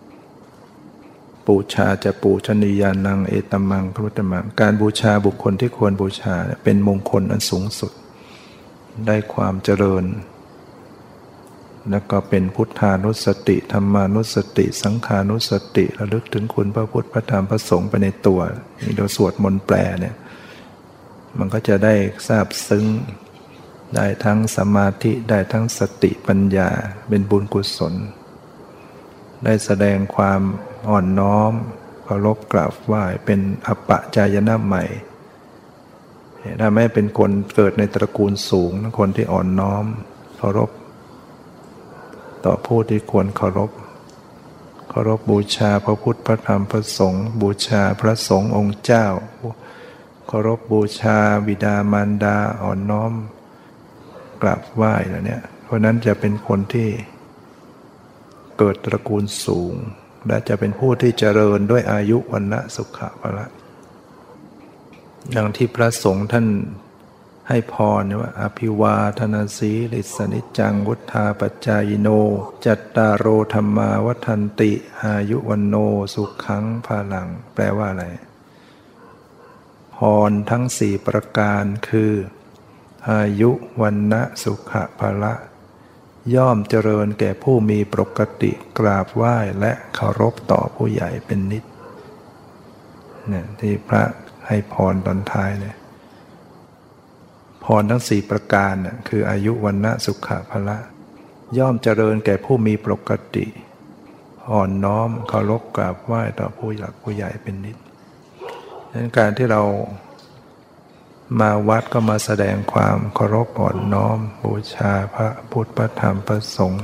จะปูชนียานังเอตมังพระพุทธมังการบูชาบุคคลที่ควรบูชาเป็นมงคลอันสูงสุดได้ความเจริญแล้วก็เป็นพุทธานุสติธรรมานุสติสังขานุสติระลึกถึงคุณพระพุทธพระธรรมพระสงฆ์ไปในตัวนี่โดยสวดมนต์แปลเนี่ยมันก็จะได้ทราบซึ้งได้ทั้งสมาธิได้ทั้งสติปัญญาเป็นบุญกุศลได้แสดงความอ่อนน้อมเคารพกราบไหว้เป็นอัปปจายนะใหม่ถ้าไม่เป็นคนเกิดในตระกูลสูงคนที่อ่อนน้อมเคารพต่อผู้ที่ควรเคารพบูชาพระพุทธพระธรรมพระสงฆ์บูชาพระสงฆ์องค์เจ้าเคารพบูชาบิดามารดาอ่อนน้อมกราบไหว้แล้วเนี่ยเพราะนั้นจะเป็นคนที่เกิดตระกูลสูงและจะเป็นผู้ที่เจริญด้วยอายุวรรณะสุขะพละอย่างที่พระสงฆ์ท่านให้พรว่าอภิวาทนาสีลิสนิจจังวุธาปัจจายโนจัตตารโอธรรมาวัฏันติอายุวันโนสุขังภาลังแปลว่าอะไรพรทั้งสี่ประการคืออายุวันนะสุขะภละย่อมเจริญแก่ผู้มีปกติกราบไหว้และเคารพต่อผู้ใหญ่เป็นนิจเนี่ยที่พระให้พรตอนท้ายเนี่ยพรทั้งสี่ประการน่ะคืออายุวันนะสุขะภละย่อมเจริญแก่ผู้มีปกติอ่อนน้อมเคารพกราบไหว้ต่อผู้หลักผู้ใหญ่เป็นนิจดังนั้นการที่เรามาวัดก็มาแสดงความเคารพอ่อนน้อมบูชาพระพุทธพระธรรมพระสงฆ์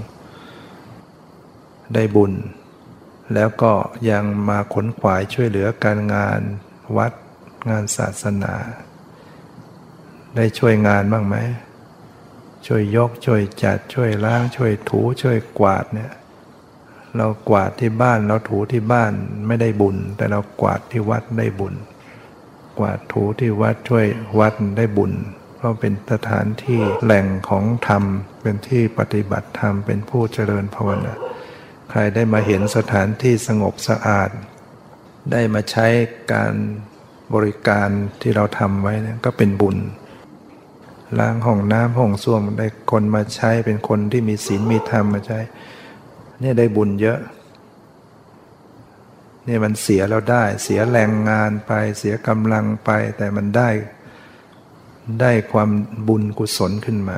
ได้บุญแล้วก็ยังมาขนขวายช่วยเหลือการงานวัดงานศาสนาได้ช่วยงานบ้างไหมช่วยยกช่วยจัดช่วยล้างช่วยถูช่วยกวาดเนี่ยเรากวาดที่บ้านเราถูที่บ้านไม่ได้บุญแต่เรากวาดที่วัดได้บุญกวาดถูที่วัดช่วยวัดได้บุญเพราะเป็นสถานที่แหล่งของธรรมเป็นที่ปฏิบัติธรรมเป็นผู้เจริญภาวนาใครได้มาเห็นสถานที่สงบสะอาดได้มาใช้การบริการที่เราทำไว้เนี่ยก็เป็นบุญล้างห้องน้ำห้องส้วมได้คนมาใช้เป็นคนที่มีศีลมีธรรมมาใช้เนี่ยได้บุญเยอะเนี่ยมันเสียแล้วได้เสียแรงงานไปเสียกำลังไปแต่มันได้ความบุญกุศลขึ้นมา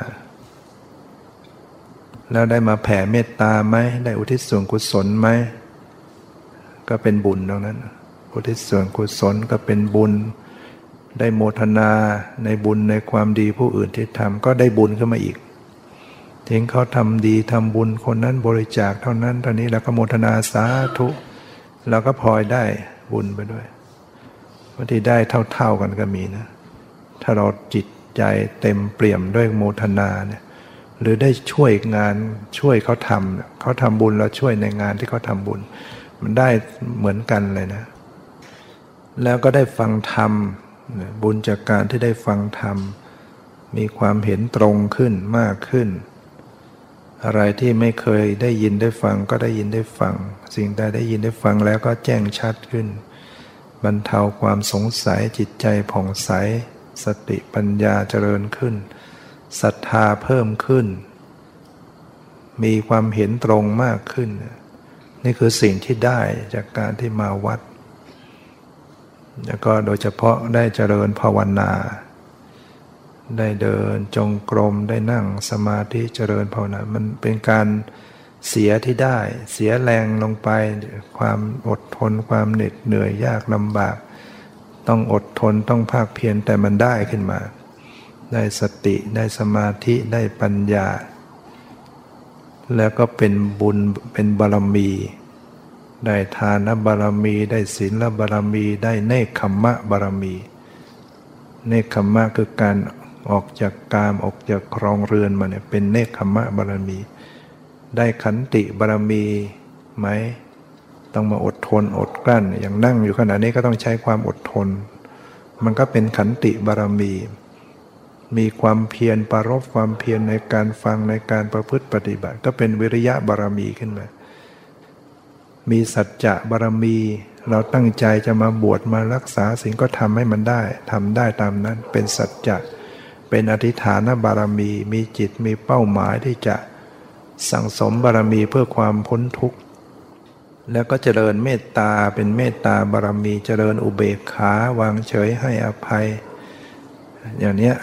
แล้วได้มาแผ่เมตตาไหมได้อุทิศส่วนกุศลไหมก็เป็นบุญตรงนั้นอุทิศส่วนกุศลก็เป็นบุญได้โมทนาในบุญในความดีผู้อื่นที่ทำก็ได้บุญขึ้นมาอีกถึงเขาทำดีทำบุญคนนั้นบริจาคเท่านั้นเท่านี้แล้วก็โมทนาสาธุเราก็พลอยได้บุญไปด้วยบางทีได้เท่ากันก็มีนะถ้าเราจิตใจเต็มเปี่ยมด้วยโมทนาเนี่ยหรือได้ช่วยงานช่วยเขาทำบุญเราช่วยในงานที่เขาทำบุญมันได้เหมือนกันเลยนะแล้วก็ได้ฟังธรรมบุญจากการที่ได้ฟังธรรมมีความเห็นตรงขึ้นมากขึ้นอะไรที่ไม่เคยได้ยินได้ฟังก็ได้ยินได้ฟังสิ่งใดได้ยินได้ฟังแล้วก็แจ้งชัดขึ้นบรรเทาความสงสัยจิตใจผ่องใสสติปัญญาเจริญขึ้นศรัทธาเพิ่มขึ้นมีความเห็นตรงมากขึ้นนี่คือสิ่งที่ได้จากการที่มาวัดแล้วก็โดยเฉพาะได้เจริญภาวนาได้เดินจงกรมได้นั่งสมาธิเจริญภาวนามันเป็นการเสียที่ได้เสียแรงลงไปความอดทนความเหน็ดเหนื่อยยากลำบากต้องอดทนต้องภาคเพียรแต่มันได้ขึ้นมาได้สติได้สมาธิได้ปัญญาแล้วก็เป็นบุญเป็นบารมีได้ทานบารมีได้ศีลบารมีได้เนกขัมมะบารมีเนกขัมมะคือการออกจากกามออกจากครองเรือนมาเนี่ยเป็นเนกขัมมะบารมีได้ขันติบารมีไหมต้องมาอดทนอดกลั้นอย่างนั่งอยู่ขณะนี้ก็ต้องใช้ความอดทนมันก็เป็นขันติบารมีมีความเพียรปรารภความเพียรในการฟังในการประพฤติปฏิบัติก็เป็นวิริยะบารมีขึ้นมามีสัจจะบารมีเราตั้งใจจะมาบวชมารักษาสิ่งก็ทำให้มันได้ทำได้ตามนั้นเป็นสัจจะเป็นอธิฐานบารมีมีจิตมีเป้าหมายที่จะสั่งสมบารมีเพื่อความพ้นทุกข์แล้วก็เจริญเมตตาเป็นเมตตาบารมีเจริญอุเบกขาวางเฉยให้อภัยอย่างนี้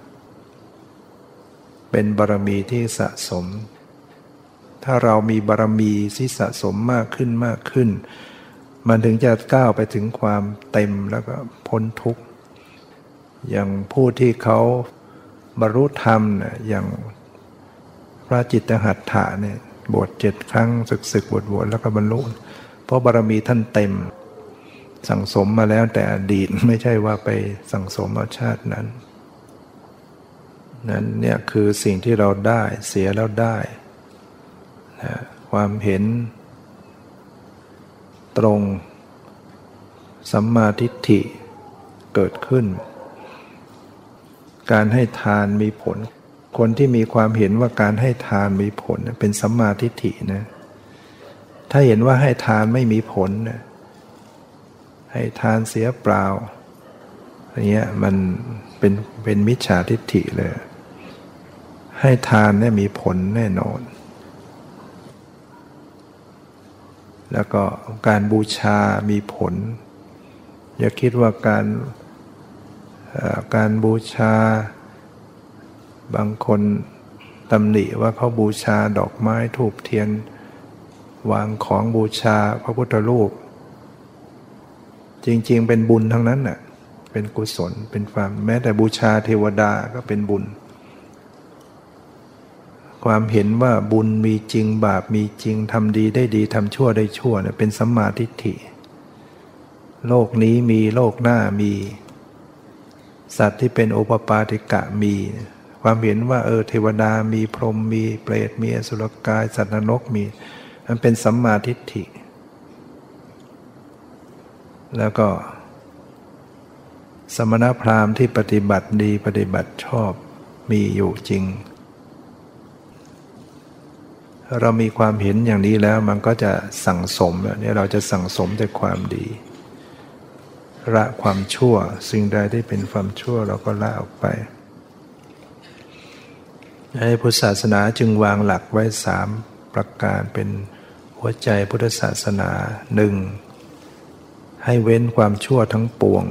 เป็นบารมีที่สะสมถ้าเรามีบารมีที่สะสมมากขึ้นมันถึงจะก้าวไปถึงความเต็มแล้วก็พ้นทุกข์อย่างผู้ที่เขาบรรลุธรรมเนี่ยอย่างพระจิตตหัตถะเนี่ยบวช7 ครั้งศึกบวชแล้วก็บรรลุเพราะบารมีท่านเต็มสั่งสมมาแล้วแต่อดีตไม่ใช่ว่าไปสั่งสมเอาชาตินั้นเนี่ยคือสิ่งที่เราได้เสียแล้วได้ความเห็นตรงสัมมาทิฏฐิเกิดขึ้นการให้ทานมีผลคนที่มีความเห็นว่าการให้ทานมีผลเป็นสัมมาทิฏฐินะถ้าเห็นว่าให้ทานไม่มีผลนะให้ทานเสียเปล่าอย่างเงี้ยมันเป็นมิจฉาทิฏฐิเลยให้ทานเนี่ยมีผลแน่นอนแล้วก็การบูชามีผลอย่าคิดว่าการบูชาบางคนตำหนิว่าเขาบูชาดอกไม้ธูปเทียนวางของบูชาพระพุทธรูปจริงๆเป็นบุญทั้งนั้นน่ะเป็นกุศลเป็นความแม้แต่บูชาเทวดาก็เป็นบุญความเห็นว่าบุญมีจริงบาปมีจริงทำดีได้ดีทำชั่วได้ชั่วเนี่ยเป็นสัมมาทิฏฐิโลกนี้มีโลกหน้ามีสัตว์ที่เป็นโอปปาติกะมีความเห็นว่าเทวดามีพรหมมีเปรตมีอสุรกายสัตว์นรกมีมันเป็นสัมมาทิฏฐิแล้วก็สมณพราหมณ์ที่ปฏิบัติดีปฏิบัติชอบมีอยู่จริงเรามีความเห็นอย่างนี้แล้วมันก็จะสั่งสมเนี่ยเราจะสั่งสมแต่ความดีละความชั่วสิ่งใดที่เป็นความชั่วเราก็ละออกไปในพุทธศาสนาจึงวางหลักไว้3ประการเป็นหัวใจพุทธศาสนา 1. ให้เว้นความชั่วทั้งปวง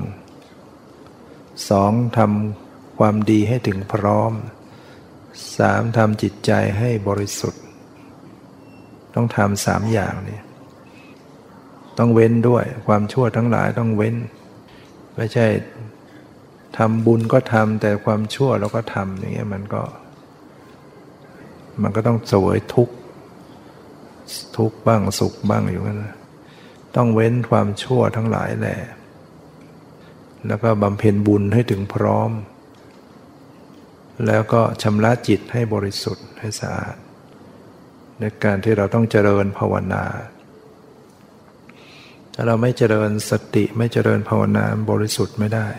2. ทำความดีให้ถึงพร้อม 3. ทำจิตใจให้บริสุทธิ์ต้องทำ3อย่างนี้ต้องเว้นด้วยความชั่วทั้งหลายต้องเว้นไม่ใช่ทำบุญก็ทำแต่ความชั่วเราก็ทำอย่างเงี้ยมันก็ต้องเสวยทุกข์บ้างสุขบ้างอยู่นั่นนะต้องเว้นความชั่วทั้งหลายแหละแล้วก็บำเพ็ญบุญให้ถึงพร้อมแล้วก็ชำระจิตให้บริสุทธิ์ให้สะอาดในการที่เราต้องเจริญภาวนาถ้าเราไม่เจริญสติไม่เจริญภาวนาบริสุทธิ์ไม่ได้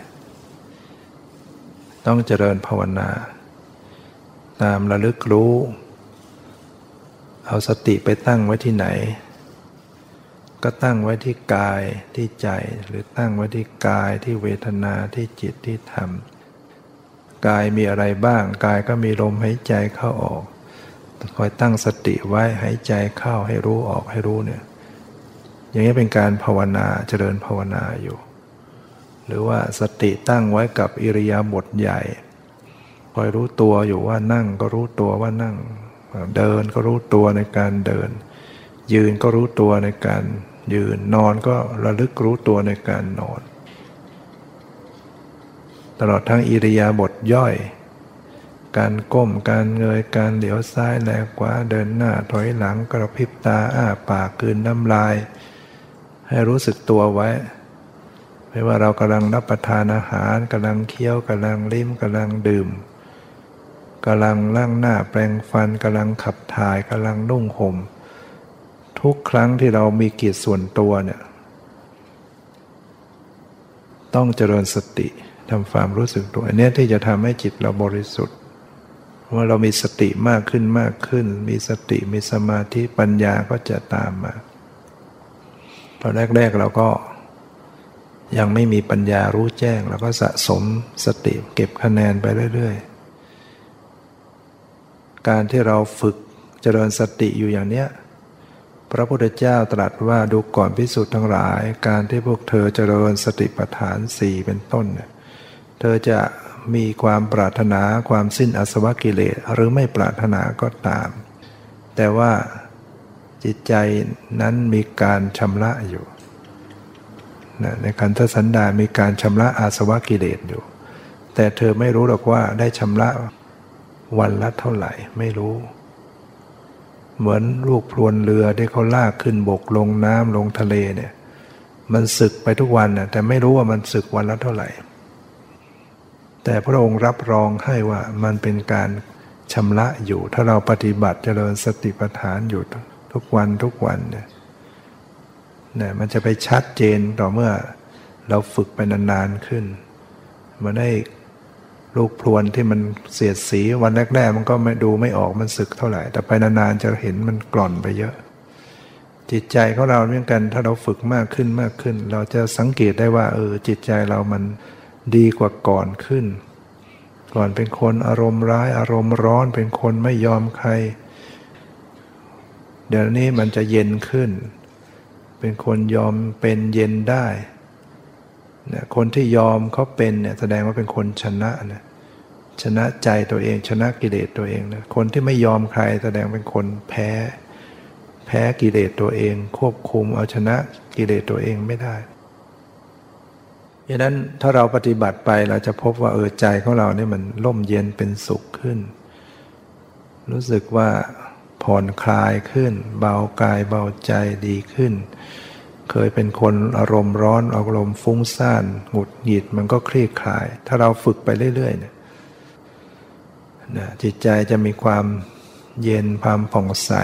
ต้องเจริญภาวนาตามระลึกรู้เอาสติไปตั้งไว้ที่ไหนก็ตั้งไว้ที่กายที่ใจหรือตั้งไว้ที่กายที่เวทนาที่จิตที่ธรรมกายมีอะไรบ้างกายก็มีลมหายใจเข้าออกคอยตั้งสติไว้หายใจเข้าให้รู้ออกให้รู้เนี่ยอย่างนี้เป็นการภาวนาเจริญภาวนาอยู่หรือว่าสติตั้งไว้กับอิริยาบถใหญ่คอยรู้ตัวอยู่ว่านั่งก็รู้ตัวว่านั่งเดินก็รู้ตัวในการเดินยืนก็รู้ตัวในการยืนนอนก็ระลึกรู้ตัวในการนอนตลอดทั้งอิริยาบถย่อยการก้มการเงยการเหลียวซ้ายแลขวาเดินหน้าถอยหลังกระพริบตาอ้าปากกลืนน้ำลายให้รู้สึกตัวไว้ไม่ว่าเรากำลังรับประทานอาหารกำลังเคี้ยวกำลังลิ้มกำลังดื่มกำลังล้างหน้าแปรงฟันกำลังขับถ่ายกำลังนุ่งห่มทุกครั้งที่เรามีกิจส่วนตัวเนี่ยต้องเจริญสติทำความรู้สึกตัวอันนี้ที่จะทำให้จิตเราบริสุทธิ์เมื่อเรามีสติมากขึ้นมีสติมีสมาธิปัญญาก็จะตามมาตอนแรกๆเราก็ยังไม่มีปัญญารู้แจ้งเราก็สะสมสติเก็บคะแนนไปเรื่อยๆการที่เราฝึกเจริญสติอยู่อย่างเนี้ยพระพุทธเจ้าตรัสว่าดูก่อนภิกษุทั้งหลายการที่พวกเธอเจริญสติปัฏฐาน4เป็นต้นเนี่ยเธอจะมีความปรารถนาความสิ้นอาสวะกิเลสหรือไม่ปรารถนาก็ตามแต่ว่าจิตใจนั้นมีการชำระอยู่ในขันธสันดานมีการชำระอาสวะกิเลสอยู่แต่เธอไม่รู้หรอกว่าได้ชำระวันละเท่าไหร่ไม่รู้เหมือนลูกพลวนเรือที่เขาลากขึ้นบกลงน้ำลงทะเลเนี่ยมันสึกไปทุกวันน่ะแต่ไม่รู้ว่ามันสึกวันละเท่าไหร่แต่พระองค์รับรองให้ว่ามันเป็นการชำระอยู่ถ้าเราปฏิบัติเจริญสติปัฏฐานอยู่ทุกวันเนี่ยมันจะไปชัดเจนต่อเมื่อเราฝึกไปนานๆขึ้นมันได้ลูกพรวนที่มันเสียดสีวันแรกๆมันก็ไม่ออกมันสึกเท่าไหร่แต่ไปนานๆจะเห็นมันกร่อนไปเยอะจิตใจของเราเหมือนกันถ้าเราฝึกมากขึ้นเราจะสังเกตได้ว่าจิตใจเรามันดีกว่าก่อนขึ้นก่อนเป็นคนอารมณ์ร้ายอารมณ์ร้อนเป็นคนไม่ยอมใครเดี๋ยวนี้มันจะเย็นขึ้นเป็นคนยอมเป็นเย็นได้เนี่ยคนที่ยอมเขาเป็นเนี่ยแสดงว่าเป็นคนชนะนะชนะใจตัวเองชนะกิเลสตัวเองนะคนที่ไม่ยอมใครแสดงเป็นคนแพ้กิเลสตัวเองควบคุมเอาชนะกิเลสตัวเองไม่ได้ดังนั้นถ้าเราปฏิบัติไปเราจะพบว่าใจของเราเนี่ยมันร่มเย็นเป็นสุขขึ้นรู้สึกว่าผ่อนคลายขึ้นเบากายเบาใจดีขึ้นเคยเป็นคนอารมณ์ร้อนอารมณ์ฟุ้งซ่านหงุดหงิดมันก็คลี่คลายถ้าเราฝึกไปเรื่อยๆเนี่ยจิตใจจะมีความเย็นความผ่องใส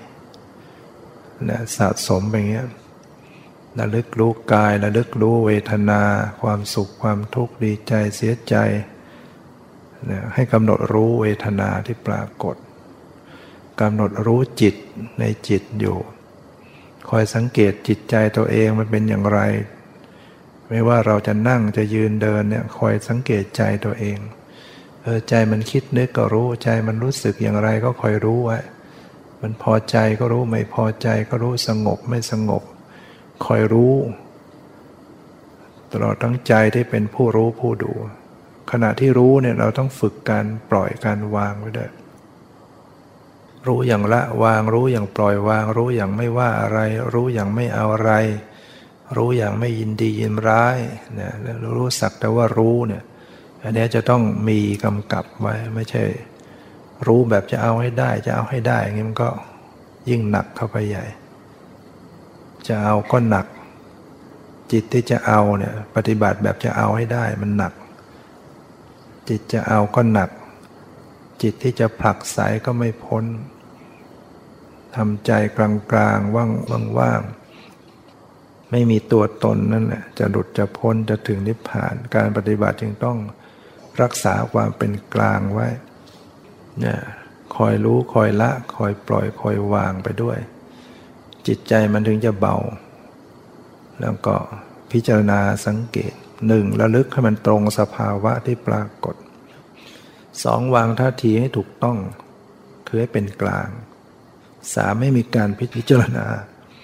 สะสมไปอย่างเงี้ยระลึกรู้กายระลึกรู้เวทนาความสุขความทุกข์ดีใจเสียใจให้กำหนดรู้เวทนาที่ปรากฏกำหนดรู้จิตในจิตอยู่คอยสังเกตจิตใจตัวเองมันเป็นอย่างไรไม่ว่าเราจะนั่งจะยืนเดินเนี่ยคอยสังเกตใจตัวเองใจมันคิดนึกก็รู้ใจมันรู้สึกอย่างไรก็คอยรู้ไว้มันพอใจก็รู้ไม่พอใจก็รู้สงบไม่สงบคอยรู้ตลอดทั้งใจที่เป็นผู้รู้ผู้ดูขณะที่รู้เนี่ยเราต้องฝึกการปล่อยการวางไว้ด้วยรู้อย่างละวางรู้อย่างปล่อยวางรู้อย่างไม่ว่าอะไรรู้อย่างไม่เอาอะไรรู้อย่างไม่ยินดียินร้ายนะรู้สักแต่ว่ารู้เนี่ยอันนี้จะต้องมีกำกับไว้ไม่ใช่รู้แบบจะเอาให้ได้อย่างนี้มันก็ยิ่งหนักเข้าไปใหญ่จะเอาก็หนักจิตที่จะเอาเนี่ยปฏิบัติแบบจะเอาให้ได้มันหนักจิตจะเอาก็หนักจิตที่จะผลักไสก็ไม่พ้นทำใจกลางๆว่างๆไม่มีตัวตนนั่นแหละจะหลุดจะพ้นจะถึงนิพพานการปฏิบัติจึงต้องรักษาความเป็นกลางไว้เนี่ยคอยรู้คอยละคอยปล่อยคอยวางไปด้วยจิตใจมันถึงจะเบาแล้วก็พิจารณาสังเกต1ระลึกให้มันตรงสภาวะที่ปรากฏ2วางท่าทีให้ถูกต้องคือให้เป็นกลาง3ไม่มีการพิจารณา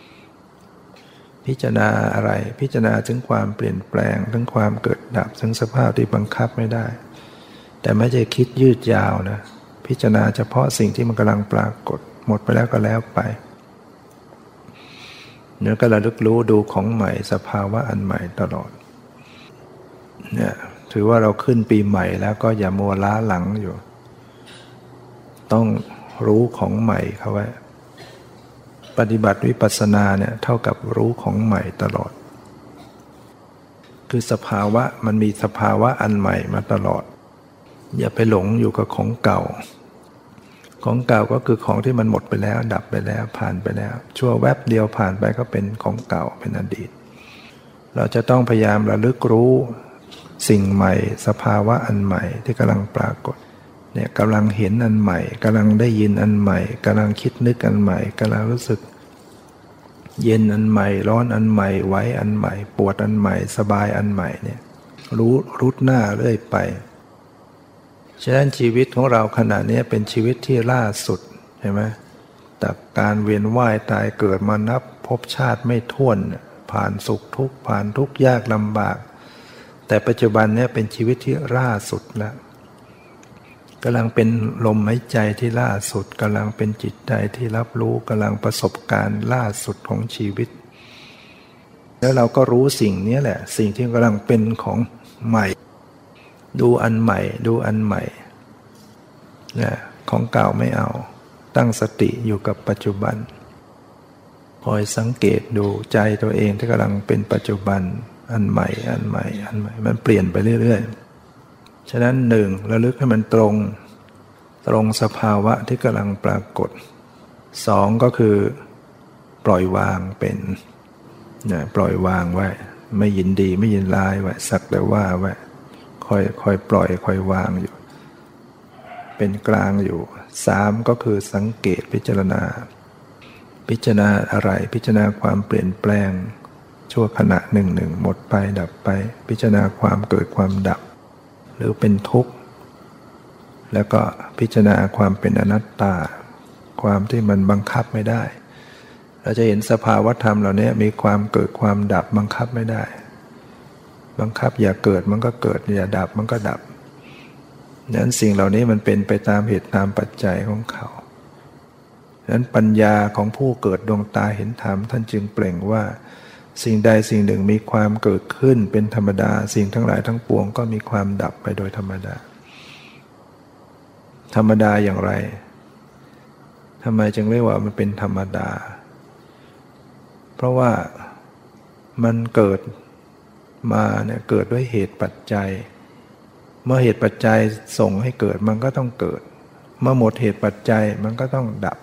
อะไรพิจารณาถึงความเปลี่ยนแปลงถึงความเกิดดับถึงสภาพที่บังคับไม่ได้แต่ไม่ใช่คิดยืดยาวนะพิจารณาเฉพาะสิ่งที่มันกำลังปรากฏหมดไปแล้วก็แล้วไปเนื้อก็ระลึกรู้ดูของใหม่สภาวะอันใหม่ตลอดเนี่ยถือว่าเราขึ้นปีใหม่แล้วก็อย่ามัวล้าหลังอยู่ต้องรู้ของใหม่เข้าไว้ปฏิบัติวิปัสสนาเนี่ยเท่ากับรู้ของใหม่ตลอดคือสภาวะมันมีสภาวะอันใหม่มาตลอดอย่าไปหลงอยู่กับของเก่าก็คือของที่มันหมดไปแล้วดับไปแล้วผ่านไปแล้วชั่วแวบเดียวผ่านไปก็เป็นของเก่าเป็นอดีตเราจะต้องพยายามระลึกรู้สิ่งใหม่สภาวะอันใหม่ที่กำลังปรากฏเนี่ยกำลังเห็นอันใหม่กำลังได้ยินอันใหม่กำลังคิดนึกอันใหม่กำลังรู้สึกเย็นอันใหม่ร้อนอันใหม่ไหวอันใหม่ปวดอันใหม่สบายอันใหม่เนี่ยรุดหน้าเรื่อยไปฉะนั้นชีวิตของเราขณะนี้เป็นชีวิตที่ล่าสุดใช่ไหมจากการเวียนว่ายตายเกิดมานับภพชาติไม่ถ้วนผ่านสุขทุกข์ผ่านทุกข์ยากลำบากแต่ปัจจุบันนี้เป็นชีวิตที่ล่าสุดแล้วกำลังเป็นลมหายใจที่ล่าสุดกำลังเป็นจิตใจที่รับรู้กำลังประสบการณ์ล่าสุดของชีวิตแล้วเราก็รู้สิ่งนี้แหละสิ่งที่กำลังเป็นของใหม่ดูอันใหม่เนี่ยของเก่าไม่เอาตั้งสติอยู่กับปัจจุบันคอยสังเกตดูใจตัวเองที่กำลังเป็นปัจจุบันอันใหม่มันเปลี่ยนไปเรื่อยๆฉะนั้น1ระลึกให้มันตรงสภาวะที่กำลังปรากฏ2ก็คือปล่อยวางเป็นปล่อยวางไว้ไม่ยินดีไม่ยินร้ายไว้สักแต่ว่าไว้คค่อยปล่อยค่อยวางอยู่เป็นกลางอยู่3ก็คือสังเกตพิจารณาอะไรพิจารณาความเปลี่ยนแปลงชั่วขณะหนึ่งหมดไปดับไปพิจารณาความเกิดความดับหรือเป็นทุกข์แล้วก็พิจารณาความเป็นอนัตตาความที่มันบังคับไม่ได้เราจะเห็นสภาวธรรมเหล่านี้มีความเกิดความดับบังคับไม่ได้บังคับอย่าเกิดมันก็เกิดอย่าดับมันก็ดับนั้นสิ่งเหล่านี้มันเป็นไปตามเหตุตามปัจจัยของเขานั้นปัญญาของผู้เกิดดวงตาเห็นธรรมท่านจึงเปล่งว่าสิ่งใดสิ่งหนึ่งมีความเกิดขึ้นเป็นธรรมดาสิ่งทั้งหลายทั้งปวงก็มีความดับไปโดยธรรมดาธรรมดาอย่างไรทำไมจึงเรียกว่ามันเป็นธรรมดาเพราะว่ามันเกิดมาเนี่ยเกิดด้วยเหตุปัจจัยเมื่อเหตุปัจจัยส่งให้เกิดมันก็ต้องเกิดเมื่อหมดเหตุปัจจัยมันก็ต้องดับ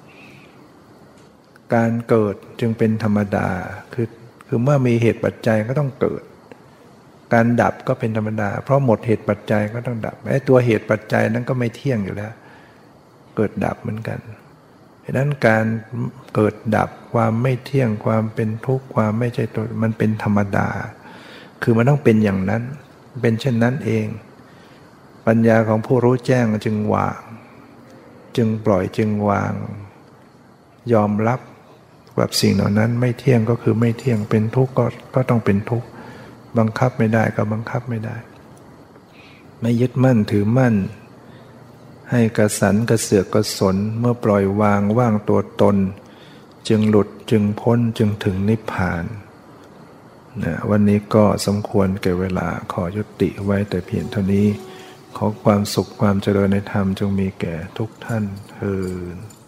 การเกิดจึงเป็นธรรมดาคือเมื่อมีเหตุปัจจัยก็ต้องเกิดการดับก็เป็นธรรมดาเพราะหมดเหตุปัจจัยก็ต้องดับไอ้ตัวเหตุปัจจัยนั้นก็ไม่เที่ยงอยู่แล้วเกิดดับเหมือนกันเพราะนั้นการเกิดดับความไม่เที่ยงความเป็นทุกข์ความไม่ใช่ตัวมันเป็นธรรมดาคือมันต้องเป็นอย่างนั้นเป็นเช่นนั้นเองปัญญาของผู้รู้แจ้งจึงวางจึงปล่อยจึงวางยอมรับกับสิ่งเหล่านั้นไม่เที่ยงก็คือไม่เที่ยงเป็นทุกข์ก็ต้องเป็นทุกข์บังคับไม่ได้ก็บังคับไม่ได้ไม่ยึดมั่นถือมั่นให้กระสันกระเสือกกระสนเมื่อปล่อยวางว่างตัวตนจึงหลุดจึงพ้นจึงถึงนิพพานวันนี้ก็สมควรแก่เวลาขอยุติไว้แต่เพียงเท่านี้ขอความสุขความเจริญในธรรมจงมีแก่ทุกท่านเทอญ